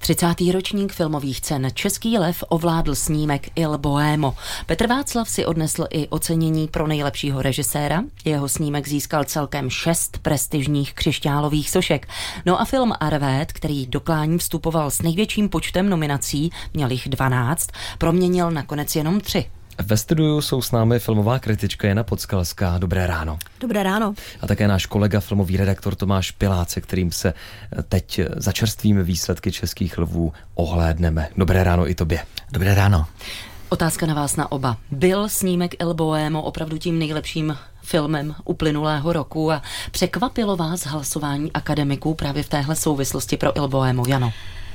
30. ročník filmových cen Český lev ovládl snímek Il Bohémo. Petr Václav si odnesl i ocenění pro nejlepšího režiséra. Jeho snímek získal celkem 6 prestižních křišťálových sošek. No a film Arvét, který do klání vstupoval s největším počtem nominací, měl jich 12, proměnil nakonec jenom 3. Ve studiu jsou s námi filmová kritička Jana Podskalská. Dobré ráno. Dobré ráno. A také náš kolega, filmový redaktor Tomáš Pilác, se kterým se teď za čerstvými výsledky Českých lvů ohlédneme. Dobré ráno i tobě. Dobré ráno. Otázka na vás na oba. Byl snímek Il Bohémo opravdu tím nejlepším filmem uplynulého roku a překvapilo vás hlasování akademiků právě v téhle souvislosti pro Il Bohémo? Jano?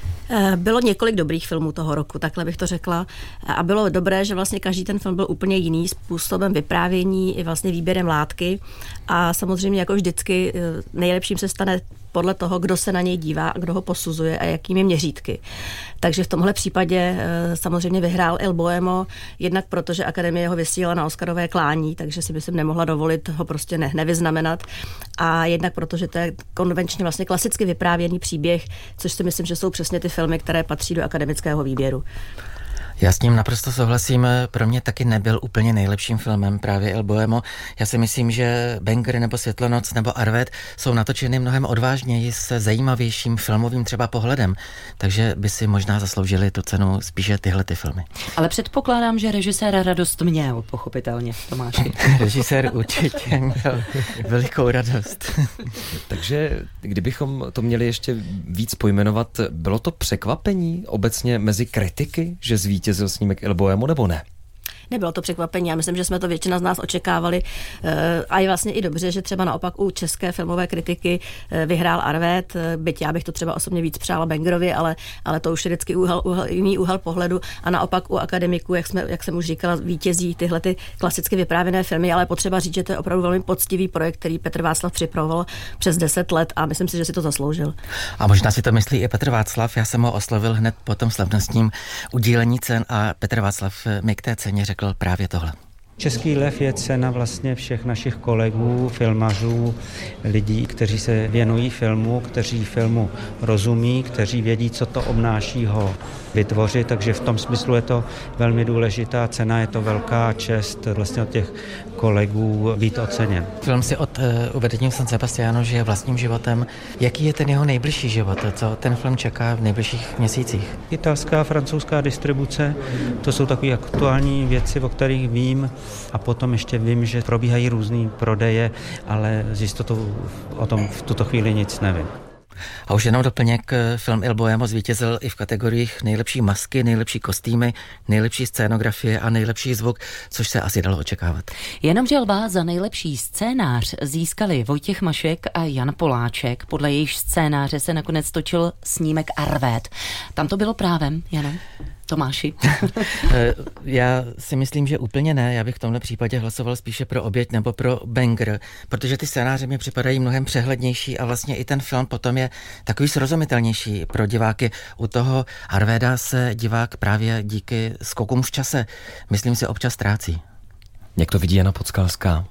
Bylo několik dobrých filmů toho roku, takhle bych to řekla. A bylo dobré, že vlastně každý ten film byl úplně jiný způsobem vyprávění i vlastně výběrem látky. A samozřejmě jako vždycky nejlepším se stane podle toho, kdo se na něj dívá a kdo ho posuzuje a jakými měřítky. Takže v tomhle případě samozřejmě vyhrál Il Bohémo, jednak proto, že Akademie ho vysílala na Oscarové klání, takže si myslím nemohla dovolit ho prostě nevyznamenat. A jednak proto, že to je konvenčně vlastně klasicky vyprávěný příběh, což si myslím, že jsou přesně ty filmy, které patří do akademického výběru. Já s ním naprosto souhlasím, pro mě taky nebyl úplně nejlepším filmem právě Il Bohémo. Já si myslím, že Banger nebo Světlonoc nebo Arvét jsou natočeny mnohem odvážněji se zajímavějším filmovým třeba pohledem, takže by si možná zasloužili tu cenu spíše tyhle ty filmy. Ale předpokládám, že režisér radost měl, pochopitelně, Tomáši. Režisér určitě měl velikou radost. Takže kdybychom to měli ještě víc pojmenovat, bylo to překvapení obecně mezi kritiky, že zvítězil snímek Il Bohémo, nebo ne? Nebylo to překvapení, já myslím, že jsme to většina z nás očekávali a je vlastně i dobře, že třeba naopak u české filmové kritiky vyhrál Arvét, byť já bych to třeba osobně víc přála Bangerovi, ale to už je vždycky jiný úhel pohledu a naopak u akademiků, jak jsem už říkala, vítězí tyhle ty klasicky vyprávěné filmy, ale potřeba říct, že to je opravdu velmi poctivý projekt, který Petr Václav připravoval přes 10 let a myslím si, že si to zasloužil. A možná si to myslí i Petr Václav, já jsem ho oslovil hned po tom slavnostním udílení cen a Petr Václav mi k té ceně řekl právě tohle. Český lev je cena vlastně všech našich kolegů, filmařů, lidí, kteří se věnují filmu, kteří filmu rozumí, kteří vědí, co to obnáší ho vytvořit, takže v tom smyslu je to velmi důležitá cena, je to velká čest vlastně od těch kolegů být oceněn. Film si od uvedení v San Sebastianu žije vlastním životem. Jaký je ten jeho nejbližší život? Co ten film čeká v nejbližších měsících? Italská a francouzská distribuce, to jsou takové aktuální věci, o kterých vím, a potom ještě vím, že probíhají různý prodeje, ale s jistotou o tom v tuto chvíli nic nevím. A už jenom doplněk, film Il Bohémo zvítězil i v kategoriích nejlepší masky, nejlepší kostýmy, nejlepší scénografie a nejlepší zvuk, což se asi dalo očekávat. Jenomže lva za nejlepší scénář získali Vojtěch Mašek a Jan Poláček. Podle jejich scénáře se nakonec točil snímek Arvét. Tam to bylo právem, Jano? Tomáši? Já si myslím, že úplně ne. Já bych v tomhle případě hlasoval spíše pro Oběť nebo pro Banger, protože ty scénáře mi připadají mnohem přehlednější a vlastně i ten film potom je takový srozumitelnější pro diváky. U toho Arvéda se divák právě díky skokům v čase, myslím si, občas ztrácí. Jak to vidí Jana Podskalská?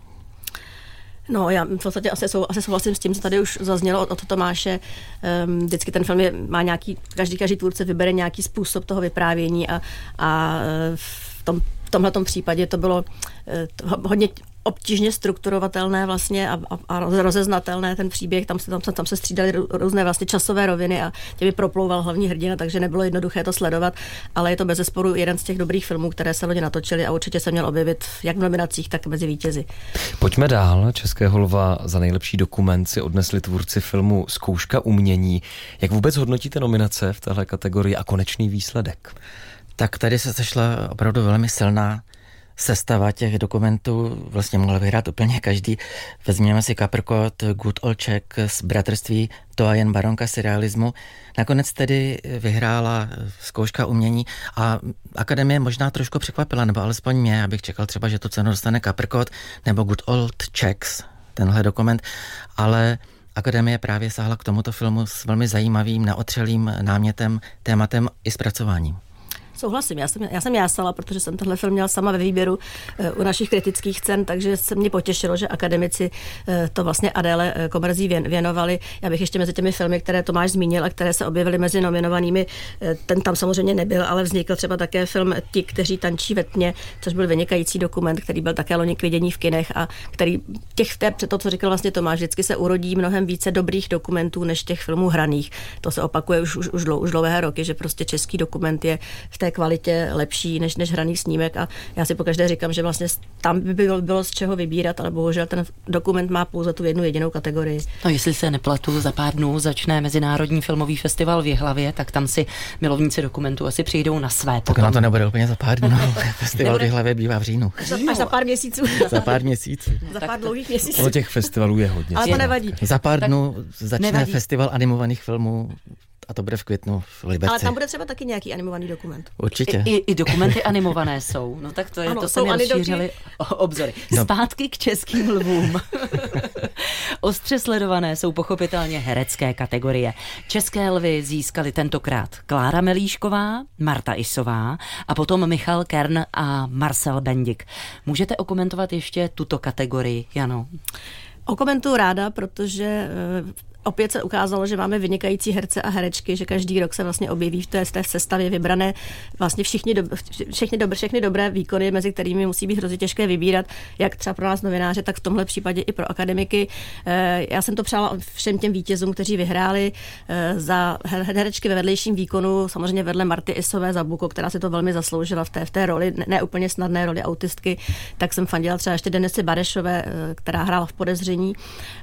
No, já v podstatě asi souhlasím s tím, co tady už zaznělo od Tomáše. Vždycky ten film má nějaký, každý tvůrce vybere nějaký způsob toho vyprávění a v tomhletom případě to bylo hodně obtížně strukturovatelné vlastně a rozeznatelné ten příběh, tam se střídaly různé vlastně časové roviny a těmi proplouval hlavní hrdina, takže nebylo jednoduché to sledovat, ale je to bezesporu jeden z těch dobrých filmů, které se loni natočily a určitě se měl objevit jak v nominacích, tak mezi vítězi. Pojďme dál. Českého lva za nejlepší dokument si odnesli tvůrci filmu Zkouška umění. Jak vůbec hodnotíte nominace v téhle kategorii a konečný výsledek? Tak tady se sešla opravdu velmi silná sestava těch dokumentů, vlastně mohl vyhrát úplně každý. Vezměme si Kaprkot, Good Old Czech z Bratrství, to a jen baronka surrealismu. Nakonec tedy vyhrála Zkouška umění a Akademie možná trošku překvapila, nebo alespoň mě, já bych čekal třeba, že tu cenu dostane Kaprkot nebo Good Old Czech, tenhle dokument, ale Akademie právě sáhla k tomuto filmu s velmi zajímavým, naotřelým námětem, tématem i zpracováním. Souhlasím, já jsem jásala, protože jsem tenhle film měla sama ve výběru u našich kritických cen, takže se mě potěšilo, že akademici to vlastně Adéle Komerzí věnovali. Já bych ještě mezi těmi filmy, které Tomáš zmínil a které se objevily mezi nominovanými, ten tam samozřejmě nebyl, ale vznikl třeba také film Ti, kteří tančí ve tmě, což byl vynikající dokument, který byl také loni k vidění v kinech a který to, co říkal vlastně Tomáš, vždycky se urodí mnohem více dobrých dokumentů než těch filmů hraných. To se opakuje už dlouhé roky, že prostě český dokument je v té kvalitě lepší než hraný snímek a já si pokaždé říkám, že vlastně tam by bylo z čeho vybírat, ale bohužel ten dokument má pouze tu jednu jedinou kategorii. No jestli se nepletu, za pár dnů začne Mezinárodní filmový festival v Jihlavě, tak tam si milovníci dokumentů asi přijdou na své. Tak na to nebude úplně za pár dnů. Festival v Jihlavě bývá v říjnu. Až za pár měsíců. Za pár měsíců. Za pár dlouhých měsíců. No těch festivalů je hodně. Ale to nevadí. Za pár dnů začne festival animovaných filmů a to bude v květnu v Liberci. Ale tam bude třeba taky nějaký animovaný dokument. Určitě. I dokumenty animované jsou. No tak to je, ano, to se mi rozšířily obzory. Zpátky k českým lvům. Ostře sledované jsou pochopitelně herecké kategorie. České lvy získali tentokrát Klára Melíšková, Marta Isová a potom Michal Kern a Marcel Bendik. Můžete okomentovat ještě tuto kategorii, Jano? Okomentuju ráda, protože opět se ukázalo, že máme vynikající herce a herečky, že každý rok se vlastně objeví v té sestavě vybrané vlastně všechny dobré výkony, mezi kterými musí být hrozně těžké vybírat, jak třeba pro nás novináře, tak v tomhle případě i pro akademiky. Já jsem to přála všem těm vítězům, kteří vyhráli za herečky ve vedlejším výkonu, samozřejmě vedle Marty Isové za Buko, která si to velmi zasloužila v té roli, ne úplně snadné roli autistky, tak jsem fandila třeba ještě Denisy Barešové, která hrála v Podezření.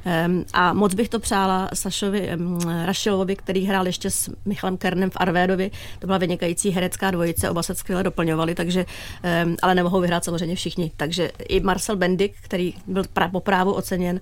A moc bych to přála Sašovi Rašilovi, který hrál ještě s Michalem Kernem v Arvédovi. To byla vynikající herecká dvojice, oba se skvěle doplňovali, takže, ale nemohou vyhrát samozřejmě všichni. Takže i Marcel Bendik, který byl po právu oceněn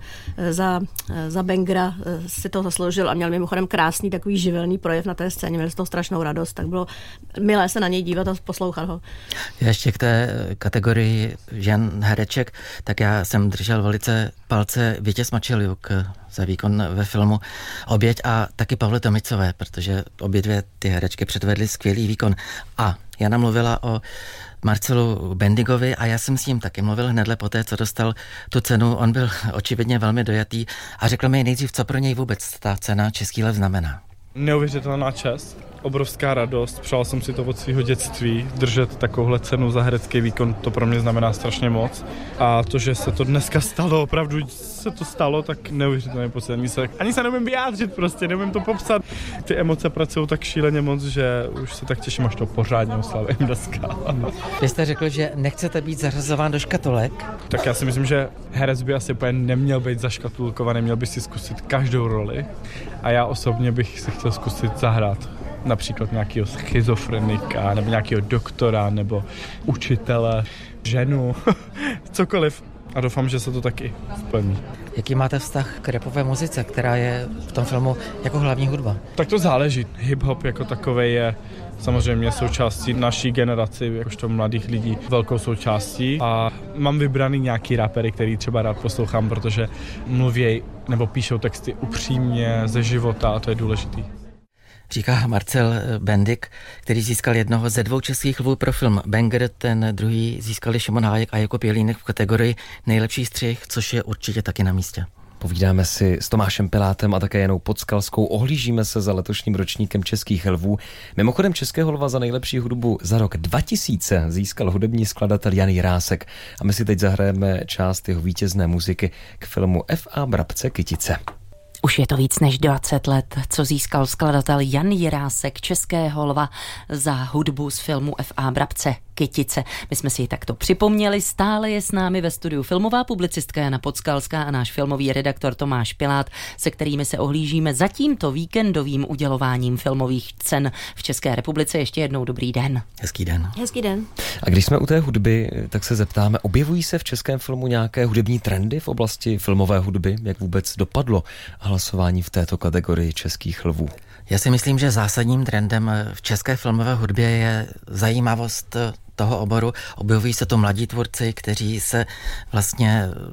za Bengra, si to zasloužil a měl mimochodem krásný takový živelný projev na té scéně, měl z toho strašnou radost, tak bylo milé se na něj dívat a poslouchat ho. Já ještě k té kategorii žen hereček, tak já jsem držel velice palce Větě Smačiliuk za výkon ve filmu Oběť a taky Pavle Tomicové, protože obě dvě ty herečky předvedly skvělý výkon. A Jana mluvila o Marcelu Bendigovi a já jsem s ním taky mluvil hnedle poté, co dostal tu cenu. On byl očividně velmi dojatý a řekl mi nejdřív, co pro něj vůbec ta cena Český lev znamená. Neuvěřitelná čest, obrovská radost, přál jsem si to od svého dětství, držet takovouhle cenu za herecký výkon, to pro mě znamená strašně moc. A to, že se to dneska stalo, opravdu se to stalo, tak neuvěřitelně pocit. Ani se neumím vyjádřit prostě, neumím to popsat. Ty emoce pracují tak šíleně moc, že už se tak těším, až to pořádně oslavím dneska. Vy jste řekl, že nechcete být zařazován do škatulek? Tak já si myslím, že herec by asi úplně neměl být zaškatulkovaný, měl by si zkusit každou roli. A já osobně bych si chtěl zkusit zahrát například nějakého schizofrenika, nebo nějakého doktora, nebo učitele, ženu, cokoliv. A doufám, že se to taky splní. Jaký máte vztah k rapové muzice, která je v tom filmu jako hlavní hudba? Tak to záleží. Hip-hop jako takovej je samozřejmě součástí naší generaci, jakožto mladých lidí, velkou součástí. A mám vybraný nějaký rapery, který třeba rád poslouchám, protože mluví nebo píšou texty upřímně ze života a to je důležitý. Říká Marcel Bendik, který získal jednoho ze 2 českých lvů pro film Banger, ten druhý získali Šimon Hájek a Jakub Jelínek v kategorii nejlepší střih, což je určitě taky na místě. Povídáme si s Tomášem Pilátem a také Janou Podskalskou. Ohlížíme se za letošním ročníkem českých lvů. Mimochodem Českého lva za nejlepší hudbu za rok 2000 získal hudební skladatel Jan Jirásek a my si teď zahrajeme část jeho vítězné muziky k filmu F.A. Brabce Kytice. Už je to víc než 20 let, co získal skladatel Jan Jirásek Českého lva za hudbu z filmu F.A. Brabce Kytice. My jsme si ji takto připomněli, stále je s námi ve studiu filmová publicistka Jana Podskalská a náš filmový redaktor Tomáš Pilát, se kterými se ohlížíme za tímto víkendovým udělováním filmových cen v České republice. Ještě jednou dobrý den. Hezký den. Hezký den. A když jsme u té hudby, tak se zeptáme, objevují se v českém filmu nějaké hudební trendy v oblasti filmové hudby? Jak vůbec dopadlo hlasování v této kategorii českých lvů? Já si myslím, že zásadním trendem v české filmové hudbě je zajímavost toho oboru. Objevují se to mladí tvůrci, kteří se vlastně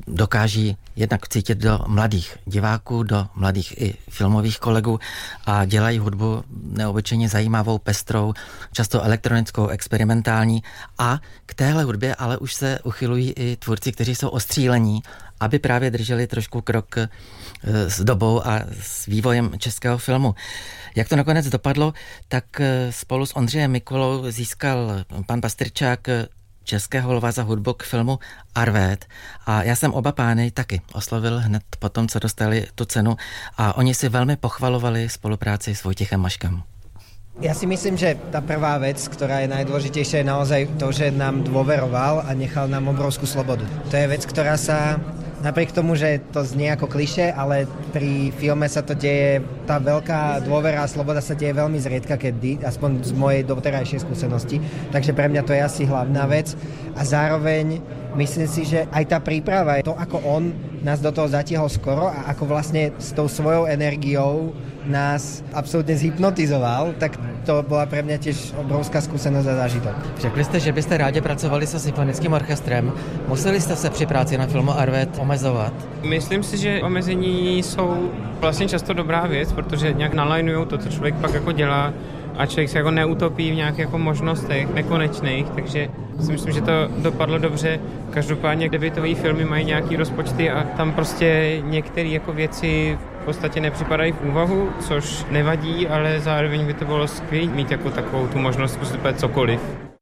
dokáží jednak cítit do mladých diváků, do mladých i filmových kolegů a dělají hudbu neobyčejně zajímavou, pestrou, často elektronickou, experimentální a k téhle hudbě ale už se uchylují i tvůrci, kteří jsou ostřílení, aby právě drželi trošku krok s dobou a s vývojem českého filmu. Jak to nakonec dopadlo, tak spolu s Ondřejem Mikulou získal pan Pastyrčák Českého lva za hudbu k filmu Arvét a já jsem oba pány taky oslovil hned po tom, co dostali tu cenu a oni si velmi pochvalovali spolupráci s Vojtěchem Maškem. Ja si myslím, že tá prvá vec, ktorá je najdôležitejšia, je naozaj to, že nám dôveroval a nechal nám obrovskú slobodu. To je vec, ktorá sa, napriek tomu, že to znie ako klišé, ale pri filme sa to deje, tá veľká dôvera a sloboda sa deje veľmi zriedka kedy, aspoň z mojej doterajšej skúsenosti. Takže pre mňa to je asi hlavná vec. A zároveň myslím si, že aj tá príprava, to ako on nás do toho zatiahol skoro a ako vlastne s tou svojou energiou nás absolutně zhypnotizoval, tak to byla pre mňa tiež obrovská skúsenosť a zážitok. Řekli jste, že byste rádi pracovali se symfonickým orchestrem. Museli jste se při práci na filmu Arvét omezovat? Myslím si, že omezení jsou vlastně často dobrá věc, protože nějak nalajnujou to, co člověk pak jako dělá a člověk se jako neutopí v nějakých jako možnostech nekonečných, takže si myslím, že to dopadlo dobře. Každopádně debutový filmy mají nějaký rozpočty a tam prostě některé jako věci v podstatě nepřipadají v úvahu, což nevadí, ale zároveň by to bylo skvělé mít jako takovou tu možnost zkusit cokoliv.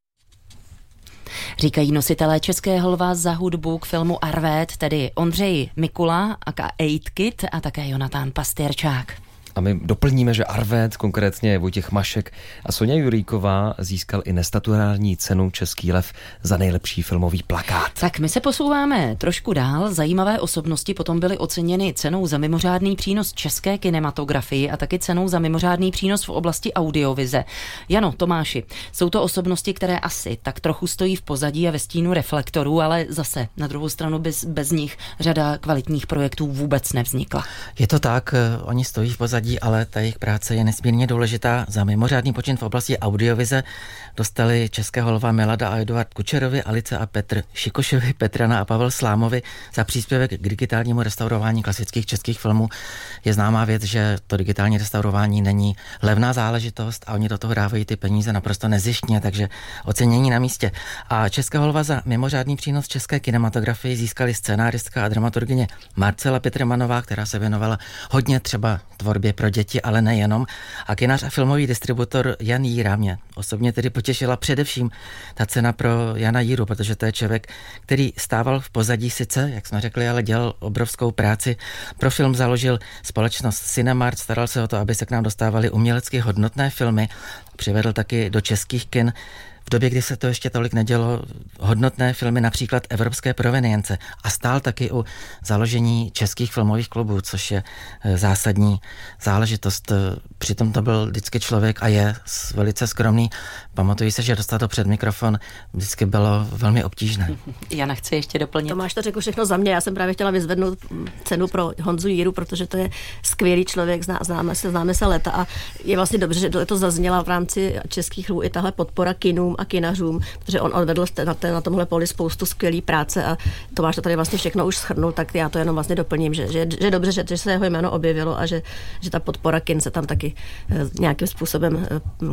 Říkají nositelé Českého lva za hudbu k filmu Arvét, tedy Ondřej Mikula aka 8Kid a také Jonatán Pastyrčák. A my doplníme, že Arvét, konkrétně Vojtěch Mašek a Soňa Juríková získal i nestaturální cenu Český lev za nejlepší filmový plakát. Tak my se posouváme trošku dál. Zajímavé osobnosti potom byly oceněny cenou za mimořádný přínos české kinematografii a taky cenou za mimořádný přínos v oblasti audiovize. Jano, Tomáši, jsou to osobnosti, které asi tak trochu stojí v pozadí a ve stínu reflektorů, ale zase na druhou stranu bez nich řada kvalitních projektů vůbec nevznikla. Je to tak, oni stojí v pozadí, ale ta jejich práce je nesmírně důležitá. Za mimořádný počin v oblasti audiovize dostali Českého lva Milada a Eduard Kučerovi, Alice a Petr Šikošovi, Petrana a Pavel Slámovi za příspěvek k digitálnímu restaurování klasických českých filmů. Je známá věc, že to digitální restaurování není levná záležitost a oni do toho dávají ty peníze naprosto nezištně, takže ocenění na místě. A Českého lva za mimořádný přínos české kinematografii získali scenáristka a dramaturgyně Marcela Petrmanová, která se věnovala hodně třeba tvorbě pro děti, ale nejenom. A kinař a filmový distributor Jan Jíra mě osobně tedy potěšila především ta cena pro Jana Jíru, protože to je člověk, který stával v pozadí sice, jak jsme řekli, ale dělal obrovskou práci. Pro film založil společnost Cinemart, staral se o to, aby se k nám dostávaly umělecky hodnotné filmy. Přivedl taky do českých kin v době, kdy se to ještě tolik nedělo, hodnotné filmy, například Evropské provenience, a stál taky u založení českých filmových klubů, což je zásadní záležitost. Přitom to byl vždycky člověk a je velice skromný. Pamatuji se, že dostat to před mikrofon vždycky bylo velmi obtížné. Jana chce ještě doplnit. Tomáš to řekl všechno za mě. Já jsem právě chtěla vyzvednout cenu pro Honzu Jíru, protože to je skvělý člověk, známe se leta a je vlastně dobře, že to zazněla v rámci českých lvů i tahle podpora kinům a kinařům, protože on odvedl na tomhle poli spoustu skvělý práce a Tomáš to tady vlastně všechno už shrnul, tak já to jenom vlastně doplním, že je dobře, že se jeho jméno objevilo a že ta podpora kin se tam taky nějakým způsobem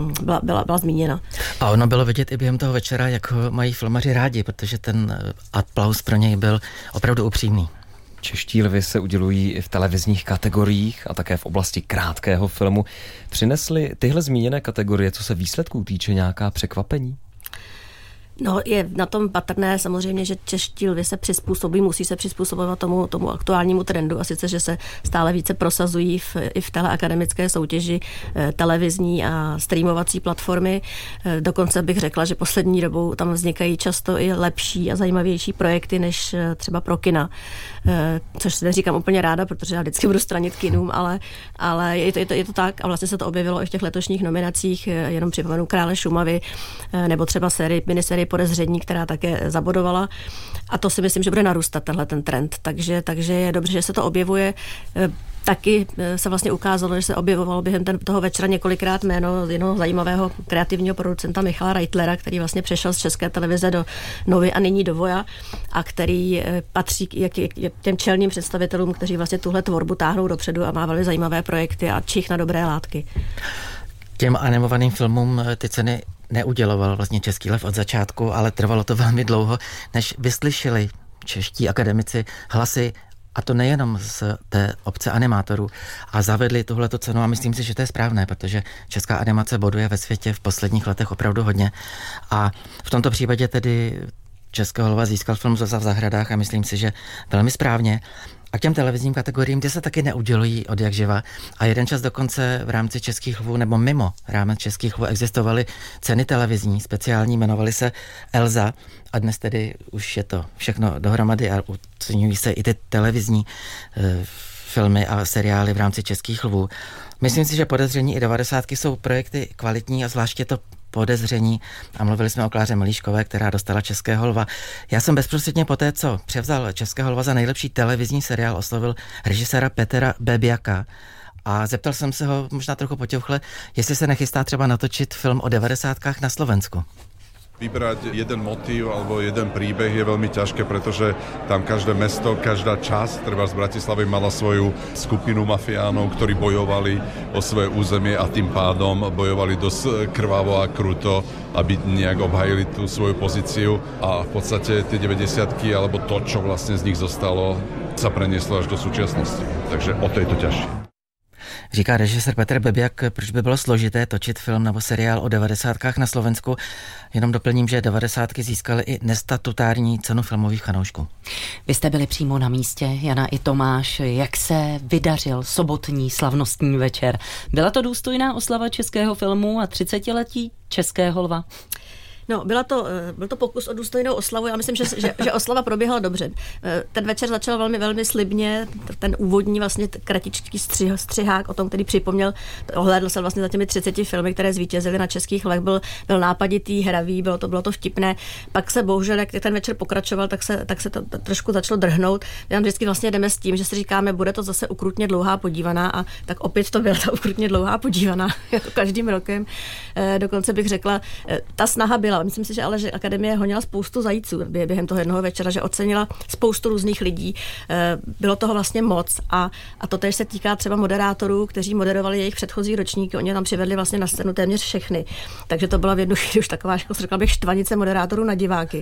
byla zmíněna. A ono bylo vidět i během toho večera, jak ho mají filmaři rádi, protože ten aplaus pro něj byl opravdu upřímný. Čeští lvy se udělují i v televizních kategoriích a také v oblasti krátkého filmu. Přinesly tyhle zmíněné kategorie, co se výsledků týče, nějaká překvapení? No, je na tom patrné samozřejmě, že čeští lvy se přizpůsobí, musí se přizpůsobovat tomu aktuálnímu trendu a sice, že se stále více prosazují i v téhle akademické soutěži televizní a streamovací platformy. Dokonce bych řekla, že poslední dobou tam vznikají často i lepší a zajímavější projekty než třeba pro kina. Což si neříkám úplně ráda, protože já vždycky budu stranit kinům, ale je to tak a vlastně se to objevilo i v těch letošních nominacích, jenom připomenu Krále Šumavy nebo třeba minisérii Podezření, která také zabodovala. A to si myslím, že bude narůstat tenhle ten trend. Takže je dobře, že se to objevuje. taky se vlastně ukázalo, že se objevovalo během toho večera několikrát jméno jednoho zajímavého kreativního producenta Michala Reitlera, který vlastně přešel z České televize do Novy a nyní do Voja a který patří k těm čelným představitelům, kteří vlastně tuhle tvorbu táhnou dopředu a má velmi zajímavé projekty a čich na dobré látky. Těm animovaným filmům ty ceny neuděloval vlastně Český lev od začátku, ale trvalo to velmi dlouho, než vyslyšeli čeští akademici hlasy, a to nejenom z té obce animátorů, a zavedli tuhleto cenu a myslím si, že to je správné, protože česká animace boduje ve světě v posledních letech opravdu hodně a v tomto případě tedy Českého lva získal film Zoza v zahradách a myslím si, že velmi správně. A k těm televizním kategoriím, ty se taky neudělují od jak živa. A jeden čas dokonce v rámci Českých lvů nebo mimo rámec Českých lvů existovaly ceny televizní, speciální, jmenovaly se Elza a dnes tedy už je to všechno dohromady a oceňují se i ty televizní filmy a seriály v rámci Českých lvů. Myslím si, že Podezření i 90 jsou projekty kvalitní a zvláště to Podezření, a mluvili jsme o Kláře Malíškové, která dostala Českého lva. Já jsem bezprostředně poté, co převzal Českého lva za nejlepší televizní seriál, oslovil režiséra Petra Bebiaka a zeptal jsem se ho možná trochu potěuchle, jestli se nechystá třeba natočit film o 90kách na Slovensku. Vybrať jeden motív alebo jeden príbeh je veľmi ťažké, pretože tam každé mesto, každá časť, treba z Bratislavy mala svoju skupinu mafiánov, ktorí bojovali o svoje územie a tým pádom bojovali dosť krvavo a kruto, aby nejak obhajili tú svoju pozíciu a v podstate tie 90-ky alebo to, čo vlastne z nich zostalo, sa prenieslo až do súčasnosti. Takže o to je to ťažšie. Říká režisér Petr Bebiak, proč by bylo složité točit film nebo seriál o 90kách na Slovensku. Jenom doplním, že 90ky získaly i nestatutární cenu filmových fanoušků. Vy jste byli přímo na místě, Jana i Tomáš. Jak se vydařil sobotní slavnostní večer? Byla to důstojná oslava českého filmu a 30letí Českého lva? No, byl to pokus o důstojnou oslavu. Já myslím, že oslava proběhla dobře. Ten večer začal velmi, velmi slibně. Ten úvodní vlastně kratičký střihák o tom, který připomněl, ohlédl se vlastně za těmi 30 filmy, které zvítězily na Českých lvech, byl nápaditý, hravý, bylo to vtipné. Pak se bohužel, jak ten večer pokračoval, tak se to trošku začalo drhnout. Tam vždycky vlastně jdeme s tím, že si říkáme, bude to zase ukrutně dlouhá podívaná a tak opět to byla ta ukrutně dlouhá podívaná, jako každým rokem. Dokonce bych řekla, ta snaha byla. Myslím si, že Akademie honila spoustu zajíců během toho jednoho večera, že ocenila spoustu různých lidí. Bylo toho vlastně moc a to též se týká třeba moderátorů, kteří moderovali jejich předchozí ročníky. Oni tam přivedli vlastně na scénu téměř všechny. Takže to byla v jednu chvíli už taková, jako řekla bych, štvanice moderátorů na diváky.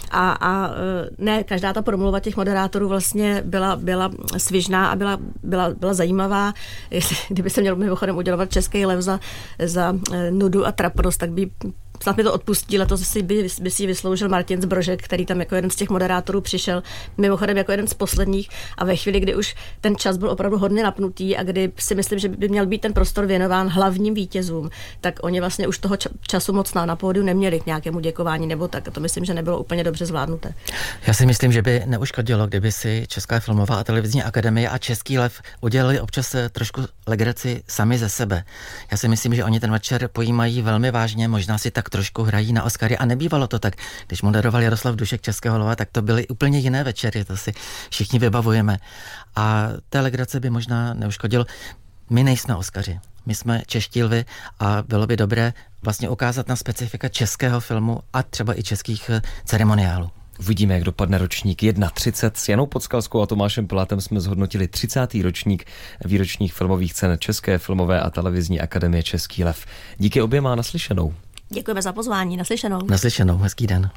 A ne, každá ta promluva těch moderátorů vlastně byla svižná a byla zajímavá. Kdyby se měl mimochodem udělovat Český lev za nudu a trapnost, tak by snad mi to odpustí, letos by si vysloužil Martin Zbrožek, který tam jako jeden z těch moderátorů přišel, mimochodem jako jeden z posledních a ve chvíli, kdy už ten čas byl opravdu hodně napnutý a kdy si myslím, že by měl být ten prostor věnován hlavním vítězům, tak oni vlastně už toho času moc na pódiu neměli k nějakému děkování nebo tak. A to myslím, že nebylo úplně dobře zvládnuté. Já si myslím, že by neuškodilo, kdyby si Česká filmová a televizní akademie a Český lev udělali občas trošku legraci sami ze sebe. Já si myslím, že oni ten večer pojímají velmi vážně, možná si tak trošku hrají na Oscary a nebývalo to tak. Když moderoval Jaroslav Dušek Českého lva, tak to byly úplně jiné večery, to si všichni vybavujeme. A té legrace by možná neuškodilo. My nejsme Oscaři, my jsme čeští lvy a bylo by dobré vlastně ukázat na specifika českého filmu a třeba i českých ceremoniálů. Uvidíme, jak dopadne ročník 31. S Janou Podskalskou a Tomášem Pilátem jsme zhodnotili 30. ročník výročních filmových cen České filmové a televizní akademie Český lev. Díky oběma, naslyšenou. Děkujeme za pozvání, naslyšenou. Naslyšenou, hezký den.